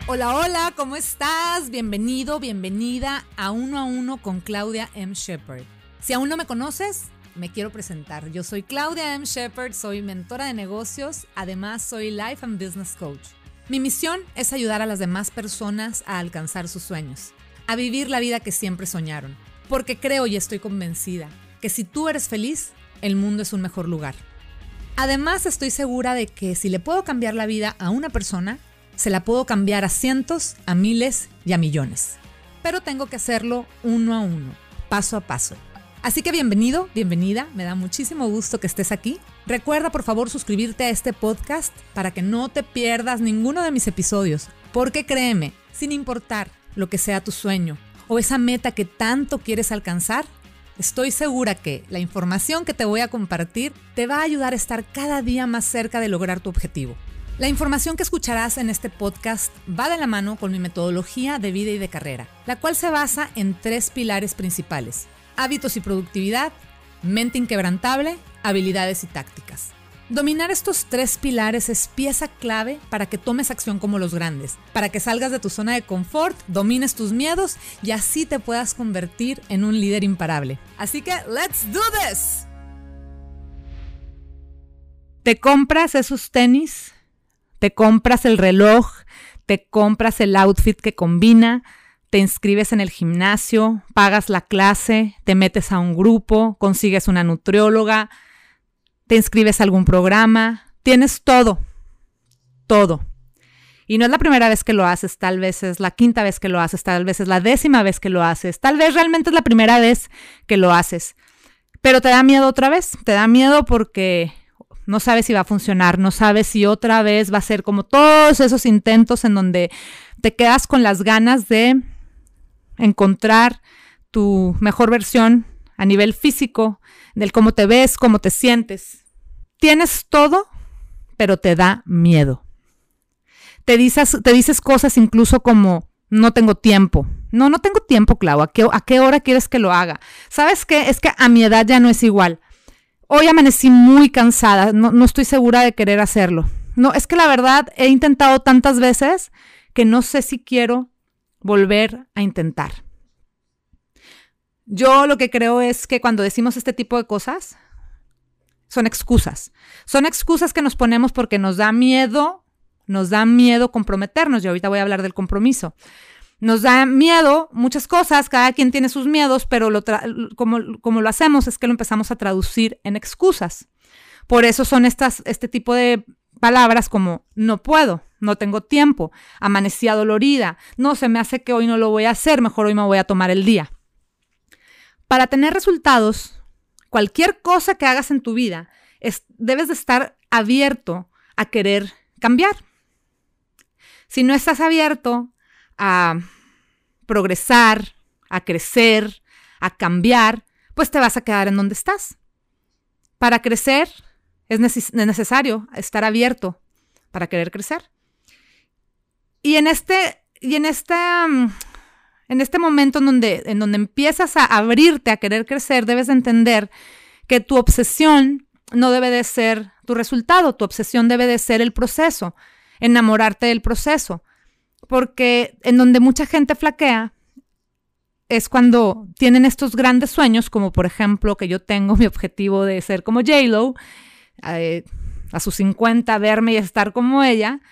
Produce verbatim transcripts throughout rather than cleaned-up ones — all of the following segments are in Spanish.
Hola, hola, ¿cómo estás? Bienvenido, bienvenida a Uno a Uno con Claudia M. Shepard. Si aún no me conoces, me quiero presentar. Yo soy Claudia M. Shepard, soy mentora de negocios, además soy Life and Business Coach. Mi misión es ayudar a las demás personas a alcanzar sus sueños, a vivir la vida que siempre soñaron, porque creo y estoy convencida que si tú eres feliz, el mundo es un mejor lugar. Además, estoy segura de que si le puedo cambiar la vida a una persona, se la puedo cambiar a cientos, a miles y a millones. Pero tengo que hacerlo uno a uno, paso a paso. Así que bienvenido, bienvenida, me da muchísimo gusto que estés aquí. Recuerda por favor suscribirte a este podcast para que no te pierdas ninguno de mis episodios. Porque créeme, sin importar lo que sea tu sueño o esa meta que tanto quieres alcanzar, estoy segura que la información que te voy a compartir te va a ayudar a estar cada día más cerca de lograr tu objetivo. La información que escucharás en este podcast va de la mano con mi metodología de vida y de carrera, la cual se basa en tres pilares principales: hábitos y productividad, mente inquebrantable, habilidades y tácticas. Dominar estos tres pilares es pieza clave para que tomes acción como los grandes, para que salgas de tu zona de confort, domines tus miedos y así te puedas convertir en un líder imparable. Así que, ¡let's do this! ¿Te compras esos tenis? ¿Te compras el reloj? ¿Te compras el outfit que combina? ¿Te inscribes en el gimnasio? ¿Pagas la clase? ¿Te metes a un grupo? ¿Consigues una nutrióloga? ¿Te inscribes a algún programa? Tienes todo, todo. Y no es la primera vez que lo haces, tal vez es la quinta vez que lo haces, tal vez es la décima vez que lo haces, tal vez realmente es la primera vez que lo haces. Pero te da miedo otra vez, te da miedo porque no sabes si va a funcionar, no sabes si otra vez va a ser como todos esos intentos en donde te quedas con las ganas de encontrar tu mejor versión a nivel físico, del cómo te ves, cómo te sientes. Tienes todo, pero te da miedo. Te dices, te dices cosas incluso como, no tengo tiempo. No, no tengo tiempo, Clau. ¿A qué, a qué hora quieres que lo haga? ¿Sabes qué? Es que a mi edad ya no es igual. Hoy amanecí muy cansada, no, no estoy segura de querer hacerlo. No, es que la verdad he intentado tantas veces que no sé si quiero volver a intentar. Yo lo que creo es que cuando decimos este tipo de cosas, son excusas. Son excusas que nos ponemos porque nos da miedo, nos da miedo comprometernos. Y ahorita voy a hablar del compromiso. Nos da miedo muchas cosas, cada quien tiene sus miedos, pero lo tra- como, como lo hacemos es que lo empezamos a traducir en excusas. Por eso son estas, este tipo de palabras como no puedo, no tengo tiempo, amanecí adolorida, no, se me hace que hoy no lo voy a hacer, mejor hoy me voy a tomar el día. Para tener resultados, cualquier cosa que hagas en tu vida, es, debes de estar abierto a querer cambiar. Si no estás abierto a progresar, a crecer, a cambiar, pues te vas a quedar en donde estás. Para crecer es neces- necesario estar abierto para querer crecer. Y en este, y en este, en este momento en donde, en donde empiezas a abrirte a querer crecer, debes de entender que tu obsesión no debe de ser tu resultado, tu obsesión debe de ser el proceso, enamorarte del proceso. Porque en donde mucha gente flaquea es cuando tienen estos grandes sueños, como por ejemplo que yo tengo mi objetivo de ser como J Lo, eh, a sus cincuenta verme y estar como ella.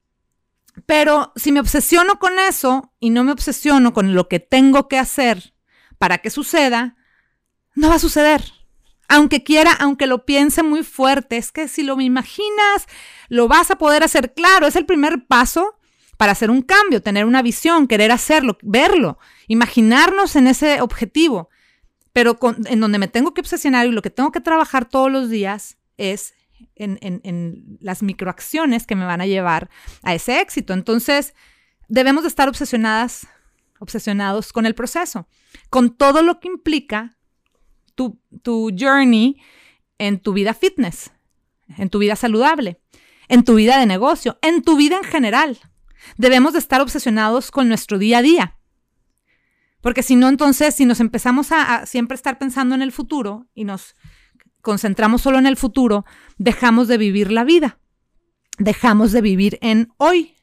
Pero si me obsesiono con eso y no me obsesiono con lo que tengo que hacer para que suceda, no va a suceder. Aunque quiera, aunque lo piense muy fuerte, es que si lo imaginas, lo vas a poder hacer. Claro, es el primer paso para hacer un cambio, tener una visión, querer hacerlo, verlo, imaginarnos en ese objetivo. Pero con, en donde me tengo que obsesionar y lo que tengo que trabajar todos los días es en, en, en las microacciones que me van a llevar a ese éxito. Entonces, debemos de estar obsesionadas, obsesionados con el proceso, con todo lo que implica tu, tu journey en tu vida fitness, en tu vida saludable, en tu vida de negocio, en tu vida en general. Debemos de estar obsesionados con nuestro día a día. Porque si no, entonces, si nos empezamos a, a siempre estar pensando en el futuro y nos concentramos solo en el futuro, dejamos de vivir la vida. Dejamos de vivir en hoy.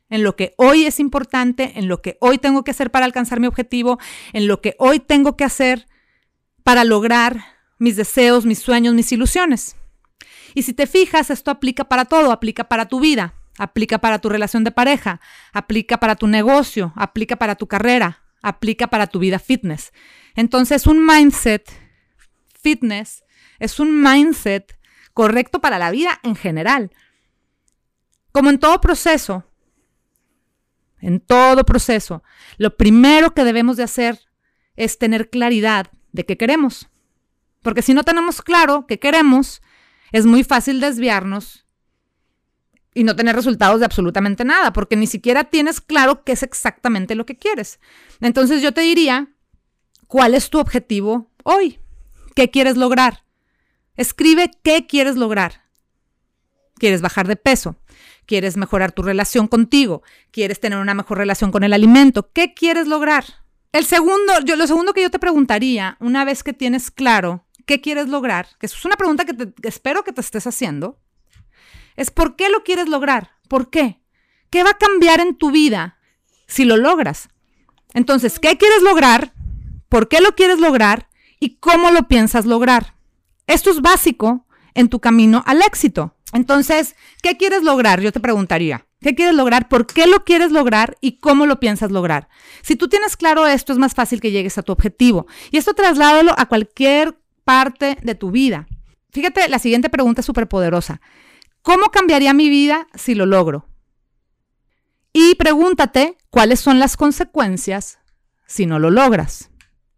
en lo que hoy es importante, en lo que hoy tengo que hacer para alcanzar mi objetivo, en lo que hoy tengo que hacer para lograr mis deseos, mis sueños, mis ilusiones. Y si te fijas, esto aplica para todo, aplica para tu vida, aplica para tu relación de pareja, aplica para tu negocio, aplica para tu carrera, aplica para tu vida fitness. Entonces, un mindset fitness es un mindset correcto para la vida en general. Como en todo proceso, en todo proceso, lo primero que debemos de hacer es tener claridad de qué queremos. Porque si no tenemos claro qué queremos, es muy fácil desviarnos y no tener resultados de absolutamente nada, porque ni siquiera tienes claro qué es exactamente lo que quieres. Entonces yo te diría, ¿cuál es tu objetivo hoy? ¿Qué quieres lograr? Escribe qué quieres lograr. ¿Quieres bajar de peso? ¿Quieres mejorar tu relación contigo? ¿Quieres tener una mejor relación con el alimento? ¿Qué quieres lograr? El segundo, yo, lo segundo que yo te preguntaría, una vez que tienes claro qué quieres lograr, que es una pregunta que, te, que espero que te estés haciendo, es ¿por qué lo quieres lograr? ¿Por qué? ¿Qué va a cambiar en tu vida si lo logras? Entonces, ¿qué quieres lograr? ¿Por qué lo quieres lograr? ¿Y cómo lo piensas lograr? Esto es básico en tu camino al éxito. Entonces, ¿qué quieres lograr? Yo te preguntaría, ¿qué quieres lograr? ¿Por qué lo quieres lograr? ¿Y cómo lo piensas lograr? Si tú tienes claro esto, es más fácil que llegues a tu objetivo. Y esto trasládalo a cualquier parte de tu vida. Fíjate, la siguiente pregunta es súper poderosa. ¿Cómo cambiaría mi vida si lo logro? Y pregúntate, ¿cuáles son las consecuencias si no lo logras?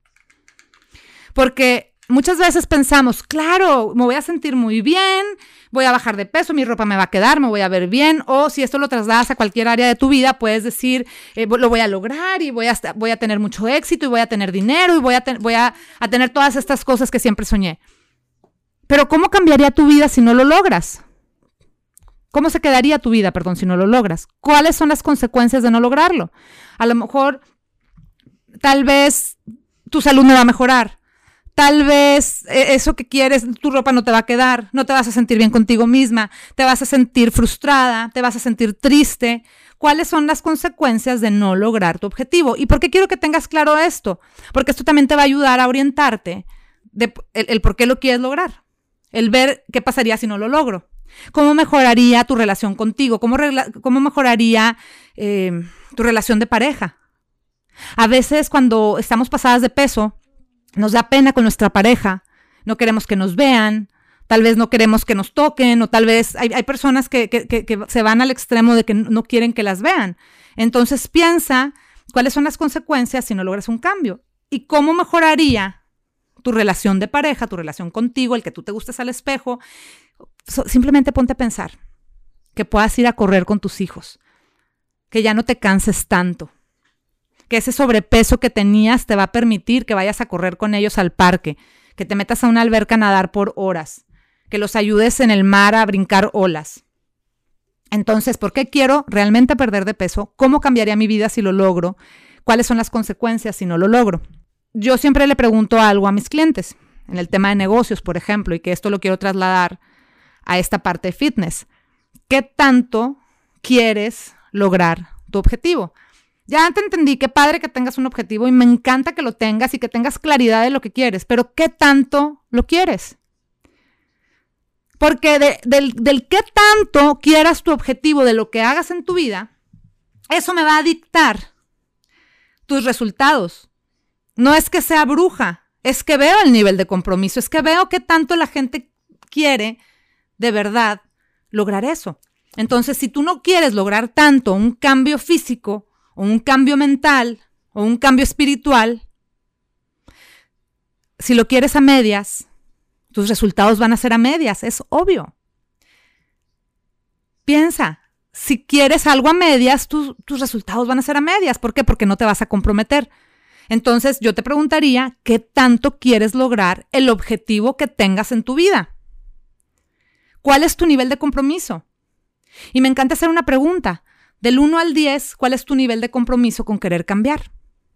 Porque muchas veces pensamos, claro, me voy a sentir muy bien, voy a bajar de peso, mi ropa me va a quedar, me voy a ver bien, o si esto lo trasladas a cualquier área de tu vida, puedes decir, eh, lo voy a lograr y voy a, voy a tener mucho éxito y voy a tener dinero y voy, a, te, voy a, a tener todas estas cosas que siempre soñé. Pero ¿cómo cambiaría tu vida si no lo logras? ¿Cómo se quedaría tu vida, perdón, si no lo logras? ¿Cuáles son las consecuencias de no lograrlo? A lo mejor, tal vez tu salud no va a mejorar. Tal vez eso que quieres, tu ropa no te va a quedar, no te vas a sentir bien contigo misma, te vas a sentir frustrada, te vas a sentir triste. ¿Cuáles son las consecuencias de no lograr tu objetivo? ¿Y por qué quiero que tengas claro esto? Porque esto también te va a ayudar a orientarte de el, el por qué lo quieres lograr, el ver qué pasaría si no lo logro. ¿Cómo mejoraría tu relación contigo? ¿Cómo, regla, cómo mejoraría eh, tu relación de pareja? A veces cuando estamos pasadas de peso, nos da pena con nuestra pareja, no queremos que nos vean, tal vez no queremos que nos toquen, o tal vez hay, hay personas que, que, que, que se van al extremo de que no quieren que las vean. Entonces piensa cuáles son las consecuencias si no logras un cambio y cómo mejoraría tu relación de pareja, tu relación contigo, el que tú te gustes al espejo. So, simplemente ponte a pensar que puedas ir a correr con tus hijos, que ya no te canses tanto, que ese sobrepeso que tenías te va a permitir que vayas a correr con ellos al parque, que te metas a una alberca a nadar por horas, que los ayudes en el mar a brincar olas. Entonces, ¿por qué quiero realmente perder de peso? ¿Cómo cambiaría mi vida si lo logro? ¿Cuáles son las consecuencias si no lo logro? Yo siempre le pregunto algo a mis clientes, en el tema de negocios, por ejemplo, y que esto lo quiero trasladar a esta parte de fitness. ¿Qué tanto quieres lograr tu objetivo? Ya te entendí, qué padre que tengas un objetivo y me encanta que lo tengas y que tengas claridad de lo que quieres, pero ¿qué tanto lo quieres? Porque de, del, del qué tanto quieras tu objetivo, de lo que hagas en tu vida, eso me va a dictar tus resultados. No es que sea bruja, es que veo el nivel de compromiso, es que veo qué tanto la gente quiere de verdad lograr eso. Entonces, si tú no quieres lograr tanto un cambio físico, o un cambio mental, o un cambio espiritual, si lo quieres a medias, tus resultados van a ser a medias, es obvio. Piensa, si quieres algo a medias, tu, tus resultados van a ser a medias. ¿Por qué? Porque no te vas a comprometer. Entonces, yo te preguntaría, ¿qué tanto quieres lograr el objetivo que tengas en tu vida? ¿Cuál es tu nivel de compromiso? Y me encanta hacer una pregunta. Del uno al diez, ¿cuál es tu nivel de compromiso con querer cambiar?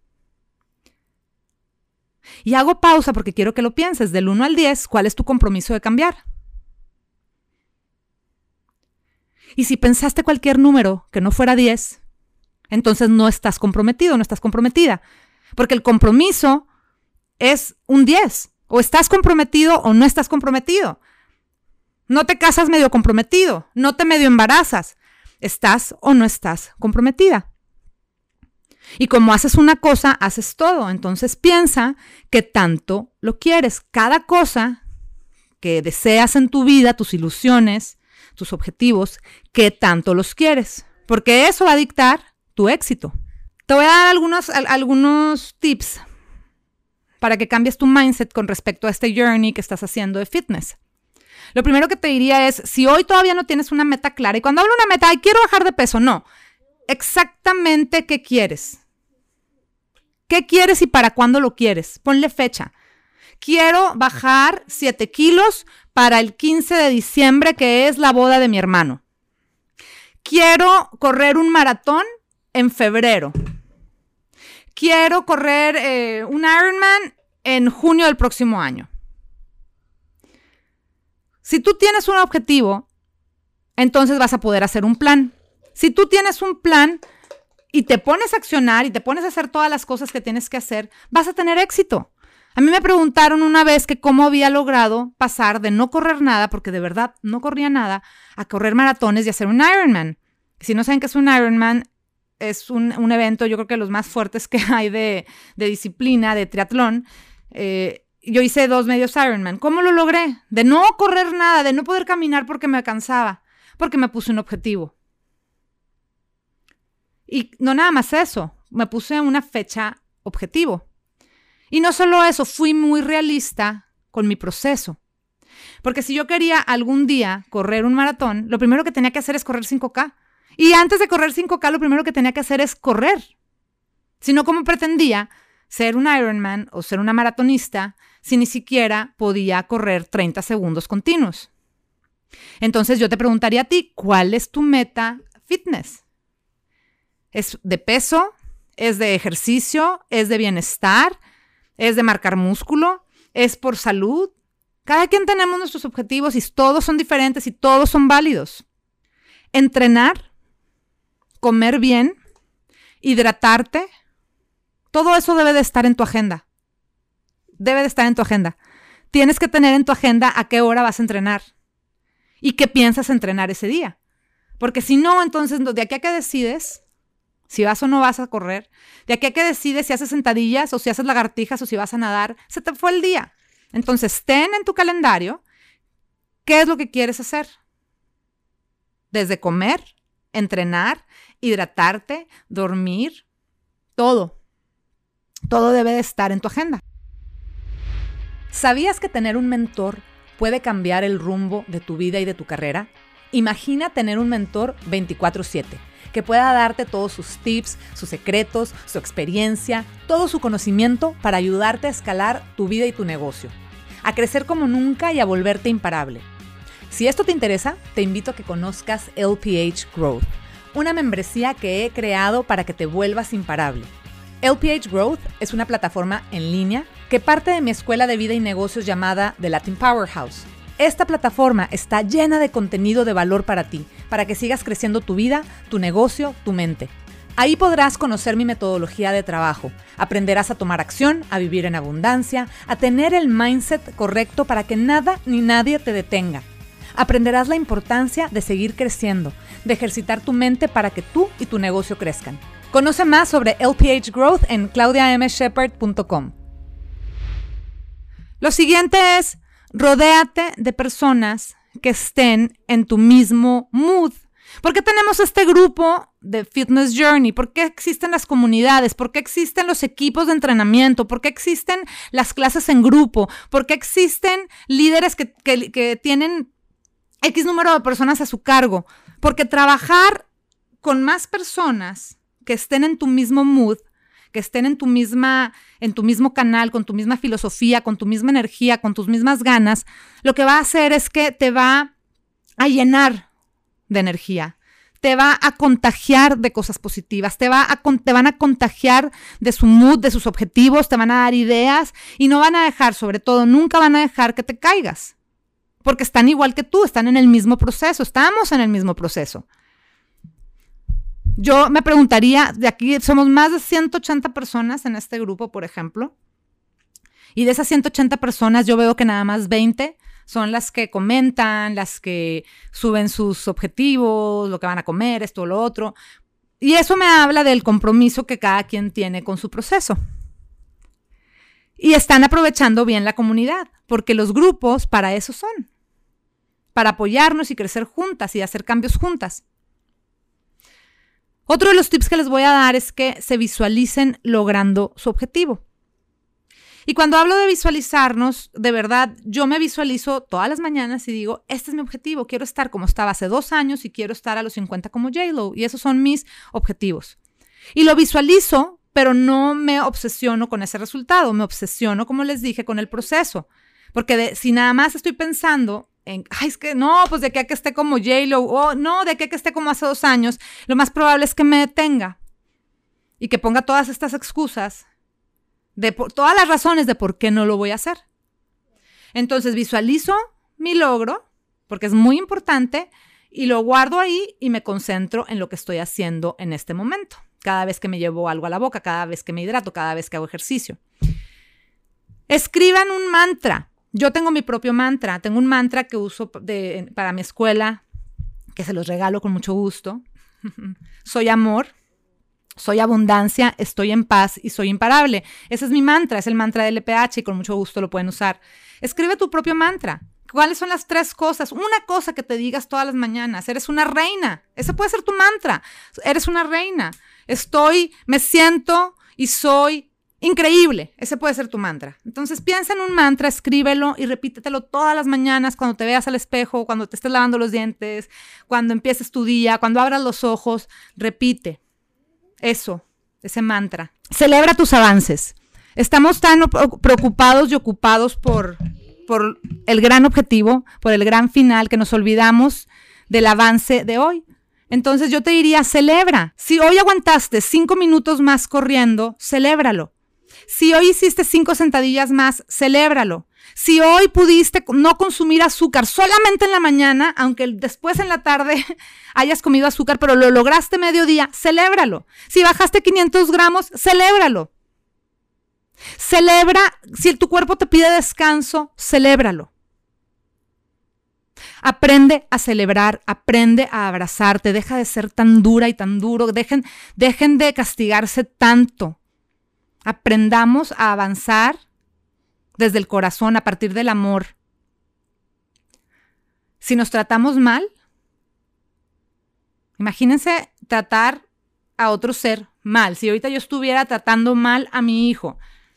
Y hago pausa porque quiero que lo pienses. Del uno al diez, ¿cuál es tu compromiso de cambiar? Y si pensaste cualquier número que no fuera diez, entonces no estás comprometido, no estás comprometida. Porque el compromiso es un diez. O estás comprometido o no estás comprometido. No te casas medio comprometido, no te medio embarazas. Estás o no estás comprometida. Y como haces una cosa, haces todo. Entonces piensa que tanto lo quieres. Cada cosa que deseas en tu vida, tus ilusiones, tus objetivos, que tanto los quieres. Porque eso va a dictar tu éxito. Te voy a dar algunos, algunos tips para que cambies tu mindset con respecto a este journey que estás haciendo de fitness. Lo primero que te diría es, si hoy todavía no tienes una meta clara, y cuando hablo de una meta, ay, quiero bajar de peso, no. Exactamente qué quieres. ¿Qué quieres y para cuándo lo quieres? Ponle fecha. Quiero bajar siete kilos para el quince de diciembre, que es la boda de mi hermano. Quiero correr un maratón en febrero. Quiero correr eh, un Ironman en junio del próximo año. Si tú tienes un objetivo, entonces vas a poder hacer un plan. Si tú tienes un plan y te pones a accionar y te pones a hacer todas las cosas que tienes que hacer, vas a tener éxito. A mí me preguntaron una vez que cómo había logrado pasar de no correr nada, porque de verdad no corría nada, a correr maratones y hacer un Ironman. Si no saben qué es un Ironman, es un, un evento, yo creo que los más fuertes que hay de, de disciplina, de triatlón. Eh, yo hice dos medios Ironman. ¿Cómo lo logré? De no correr nada, de no poder caminar porque me cansaba, porque me puse un objetivo. Y no nada más eso, me puse una fecha objetivo. Y no solo eso, fui muy realista con mi proceso. Porque si yo quería algún día correr un maratón, lo primero que tenía que hacer es correr cinco K. Y antes de correr cinco K, lo primero que tenía que hacer es correr. Si no, ¿cómo pretendía ser un Ironman o ser una maratonista si ni siquiera podía correr treinta segundos continuos? Entonces yo te preguntaría a ti, ¿cuál es tu meta fitness? ¿Es de peso? ¿Es de ejercicio? ¿Es de bienestar? ¿Es de marcar músculo? ¿Es por salud? Cada quien tenemos nuestros objetivos y todos son diferentes y todos son válidos. Entrenar, comer bien, hidratarte, todo eso debe de estar en tu agenda. Debe de estar en tu agenda. Tienes que tener en tu agenda a qué hora vas a entrenar y qué piensas entrenar ese día. Porque si no, entonces de aquí a que decides si vas o no vas a correr, de aquí a que decides si haces sentadillas o si haces lagartijas o si vas a nadar, se te fue el día. Entonces, ten en tu calendario qué es lo que quieres hacer. Desde comer, entrenar, hidratarte, dormir, todo. Todo debe de estar en tu agenda. ¿Sabías que tener un mentor puede cambiar el rumbo de tu vida y de tu carrera? Imagina tener un mentor veinticuatro siete, que pueda darte todos sus tips, sus secretos, su experiencia, todo su conocimiento para ayudarte a escalar tu vida y tu negocio, a crecer como nunca y a volverte imparable. Si esto te interesa, te invito a que conozcas L P H Growth, una membresía que he creado para que te vuelvas imparable. L P H Growth es una plataforma en línea que parte de mi escuela de vida y negocios llamada The Latin Powerhouse. Esta plataforma está llena de contenido de valor para ti, para que sigas creciendo tu vida, tu negocio, tu mente. Ahí podrás conocer mi metodología de trabajo, aprenderás a tomar acción, a vivir en abundancia, a tener el mindset correcto para que nada ni nadie te detenga. Aprenderás la importancia de seguir creciendo, de ejercitar tu mente para que tú y tu negocio crezcan. Conoce más sobre L P H Growth en claudia m shepherd punto com. Lo siguiente es, rodéate de personas que estén en tu mismo mood. ¿Por qué tenemos este grupo de Fitness Journey? ¿Por qué existen las comunidades? ¿Por qué existen los equipos de entrenamiento? ¿Por qué existen las clases en grupo? ¿Por qué existen líderes que, que, que tienen X número de personas a su cargo? Porque trabajar con más personas que estén en tu mismo mood, que estén en tu misma, en tu mismo canal, con tu misma filosofía, con tu misma energía, con tus mismas ganas, lo que va a hacer es que te va a llenar de energía, te va a contagiar de cosas positivas, te, va a, te van a contagiar de su mood, de sus objetivos, te van a dar ideas y no van a dejar, sobre todo, nunca van a dejar que te caigas, porque están igual que tú, están en el mismo proceso, estamos en el mismo proceso. Yo me preguntaría, de aquí somos más de ciento ochenta personas en este grupo, por ejemplo, y de esas ciento ochenta personas yo veo que nada más veinte son las que comentan, las que suben sus objetivos, lo que van a comer, esto o lo otro. Y eso me habla del compromiso que cada quien tiene con su proceso. Y están aprovechando bien la comunidad, porque los grupos para eso son, para apoyarnos y crecer juntas y hacer cambios juntas. Otro de los tips que les voy a dar es que se visualicen logrando su objetivo. Y cuando hablo de visualizarnos, de verdad, yo me visualizo todas las mañanas y digo, este es mi objetivo, quiero estar como estaba hace dos años y quiero estar a los cincuenta como J-Lo. Y esos son mis objetivos. Y lo visualizo, pero no me obsesiono con ese resultado, me obsesiono, como les dije, con el proceso. Porque de, si nada más estoy pensando en, ay, es que no, pues de aquí a que esté como J-Lo, o no, de aquí a que esté como hace dos años, lo más probable es que me detenga y que ponga todas estas excusas de por, todas las razones de por qué no lo voy a hacer. Entonces visualizo mi logro, porque es muy importante, y lo guardo ahí y me concentro en lo que estoy haciendo en este momento. Cada vez que me llevo algo a la boca, cada vez que me hidrato, cada vez que hago ejercicio. Escriban un mantra. Yo tengo mi propio mantra. Tengo un mantra que uso de, para mi escuela, que se los regalo con mucho gusto. Soy amor. Soy abundancia, estoy en paz y soy imparable. Ese es mi mantra, es el mantra del L P H y con mucho gusto lo pueden usar. Escribe tu propio mantra. ¿Cuáles son las tres cosas? Una cosa que te digas todas las mañanas. Eres una reina. Ese puede ser tu mantra. Eres una reina. Estoy, me siento y soy increíble. Ese puede ser tu mantra. Entonces piensa en un mantra, escríbelo y repítetelo todas las mañanas cuando te veas al espejo, cuando te estés lavando los dientes, cuando empieces tu día, cuando abras los ojos. Repite. Eso, ese mantra. Celebra tus avances. Estamos tan preocupados y ocupados por, por el gran objetivo, por el gran final, que nos olvidamos del avance de hoy. Entonces yo te diría, celebra. Si hoy aguantaste cinco minutos más corriendo, celébralo. Si hoy hiciste cinco sentadillas más, celébralo. Si hoy pudiste no consumir azúcar solamente en la mañana, aunque después en la tarde hayas comido azúcar, pero lo lograste mediodía, celébralo. Si bajaste quinientos gramos, celébralo. Celebra, si tu cuerpo te pide descanso, celébralo. Aprende a celebrar, aprende a abrazarte, deja de ser tan dura y tan duro, dejen, dejen de castigarse tanto. Aprendamos a avanzar desde el corazón, a partir del amor. Si nos tratamos mal, imagínense tratar a otro ser mal. Si ahorita yo estuviera tratando mal a mi hijo.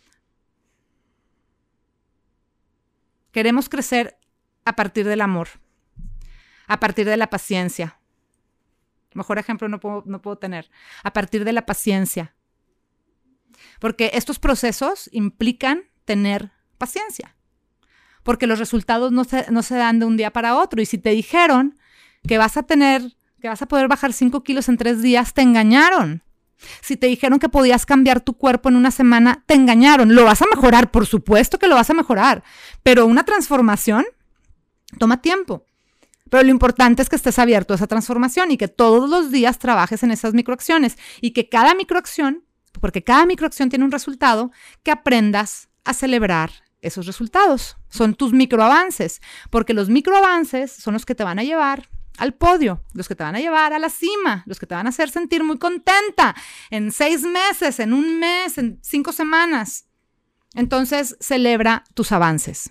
Queremos crecer a partir del amor, a partir de la paciencia. Mejor ejemplo no puedo, no puedo tener. A partir de la paciencia. Porque estos procesos implican tener paciencia, porque los resultados no se, no se dan de un día para otro. Y si te dijeron que vas a tener, que vas a poder bajar cinco kilos en tres días, te engañaron. Si te dijeron que podías cambiar tu cuerpo en una semana, te engañaron. Lo vas a mejorar, por supuesto que lo vas a mejorar, pero una transformación toma tiempo. Pero lo importante es que estés abierto a esa transformación y que todos los días trabajes en esas microacciones y que cada microacción, porque cada microacción tiene un resultado, que aprendas a celebrar esos resultados. Son tus microavances, porque los microavances son los que te van a llevar al podio, los que te van a llevar a la cima, los que te van a hacer sentir muy contenta en seis meses, en un mes, en cinco semanas. Entonces, celebra tus avances.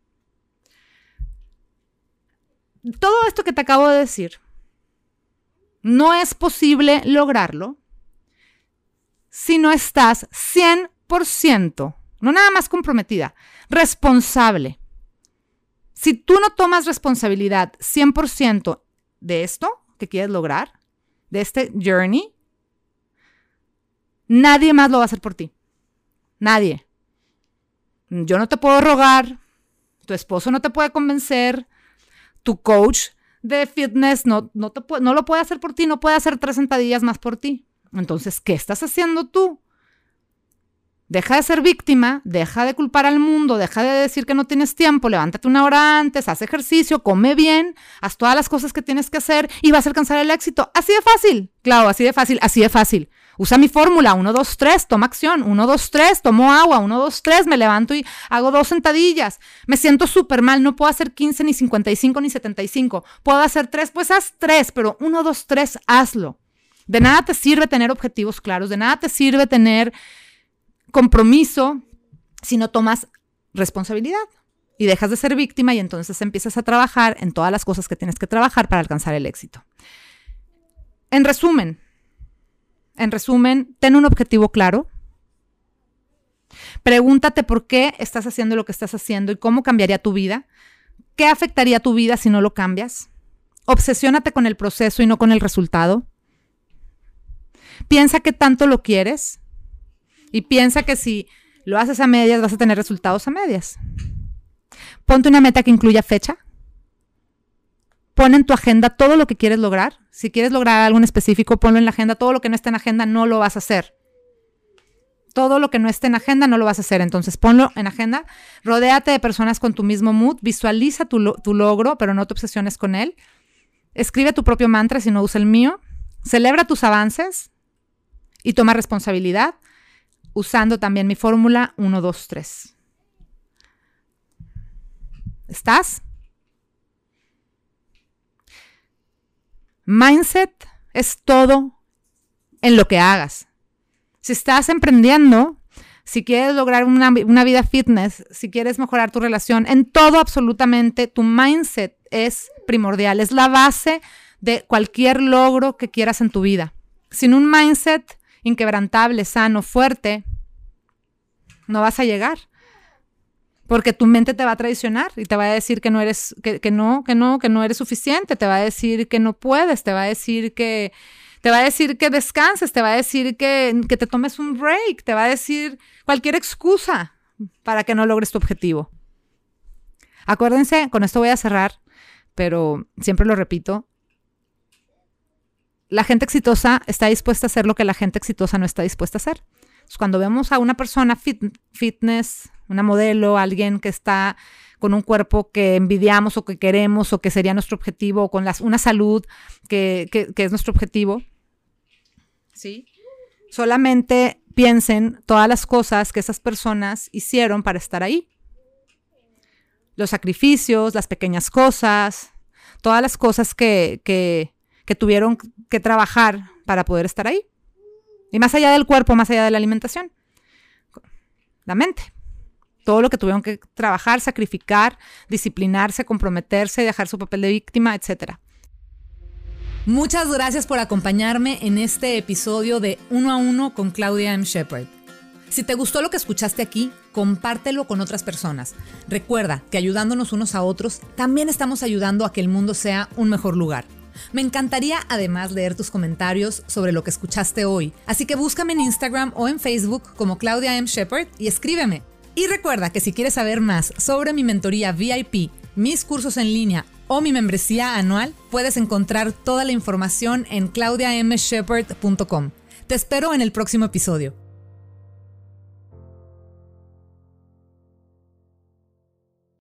Todo esto que te acabo de decir, no es posible lograrlo si no estás cien por ciento, no nada más comprometida, responsable. Si tú no tomas responsabilidad cien por ciento de esto que quieres lograr, de este journey, nadie más lo va a hacer por ti. Nadie. Yo no te puedo rogar, tu esposo no te puede convencer, tu coach de fitness no, no, te puede, no lo puede hacer por ti, no puede hacer tres sentadillas más por ti. Entonces, ¿qué estás haciendo tú? Deja de ser víctima, deja de culpar al mundo, deja de decir que no tienes tiempo, levántate una hora antes, haz ejercicio, come bien, haz todas las cosas que tienes que hacer y vas a alcanzar el éxito. Así de fácil, claro, así de fácil, así de fácil. Usa mi fórmula, uno, dos, tres, toma acción, uno, dos, tres, tomo agua, uno, dos, tres, me levanto y hago dos sentadillas. Me siento súper mal, no puedo hacer quince, ni cincuenta y cinco, ni setenta y cinco. ¿Puedo hacer tres? Pues haz tres, pero uno, dos, tres, hazlo. De nada te sirve tener objetivos claros, de nada te sirve tener compromiso si no tomas responsabilidad y dejas de ser víctima y entonces empiezas a trabajar en todas las cosas que tienes que trabajar para alcanzar el éxito. En resumen, en resumen, ten un objetivo claro. Pregúntate por qué estás haciendo lo que estás haciendo y cómo cambiaría tu vida. ¿Qué afectaría tu vida si no lo cambias? Obsesiónate con el proceso y no con el resultado. Piensa qué tanto lo quieres. Y piensa que si lo haces a medias, vas a tener resultados a medias. Ponte una meta que incluya fecha. Pon en tu agenda todo lo que quieres lograr. Si quieres lograr algo en específico, ponlo en la agenda. Todo lo que no esté en agenda, no lo vas a hacer. Todo lo que no esté en agenda, no lo vas a hacer. Entonces, ponlo en agenda. Rodéate de personas con tu mismo mood. Visualiza tu, lo- tu logro, pero no te obsesiones con él. Escribe tu propio mantra si no usa el mío. Celebra tus avances y toma responsabilidad. Usando también mi fórmula uno, dos, tres. ¿Estás? Mindset es todo en lo que hagas. Si estás emprendiendo, si quieres lograr una, una vida fitness, si quieres mejorar tu relación, en todo absolutamente tu mindset es primordial. Es la base de cualquier logro que quieras en tu vida. Sin un mindset inquebrantable, sano, fuerte, no vas a llegar. Porque tu mente te va a traicionar y te va a decir que no eres, que, que no, que no, que no eres suficiente, te va a decir que no puedes, te va a decir que, te va a decir que descanses, te va a decir que, que te tomes un break, te va a decir cualquier excusa para que no logres tu objetivo. Acuérdense, con esto voy a cerrar, pero siempre lo repito, la gente exitosa está dispuesta a hacer lo que la gente exitosa no está dispuesta a hacer. Entonces, cuando vemos a una persona fit, fitness, una modelo, alguien que está con un cuerpo que envidiamos o que queremos o que sería nuestro objetivo, o con las, una salud que, que, que es nuestro objetivo, ¿sí? Solamente piensen todas las cosas que esas personas hicieron para estar ahí. Los sacrificios, las pequeñas cosas, todas las cosas que, que, que tuvieron que trabajar para poder estar ahí. Y más allá del cuerpo, más allá de la alimentación, la mente. Todo lo que tuvieron que trabajar, sacrificar, disciplinarse, comprometerse, dejar su papel de víctima, etcétera. Muchas gracias por acompañarme en este episodio de Uno a Uno con Claudia M. Shepard. Si te gustó lo que escuchaste aquí, compártelo con otras personas. Recuerda que ayudándonos unos a otros, también estamos ayudando a que el mundo sea un mejor lugar. Me encantaría además leer tus comentarios sobre lo que escuchaste hoy, así que búscame en Instagram o en Facebook como Claudia M. Shepard y escríbeme. Y recuerda que si quieres saber más sobre mi mentoría V I P, mis cursos en línea o mi membresía anual, puedes encontrar toda la información en claudia m shepard punto com. Te espero en el próximo episodio.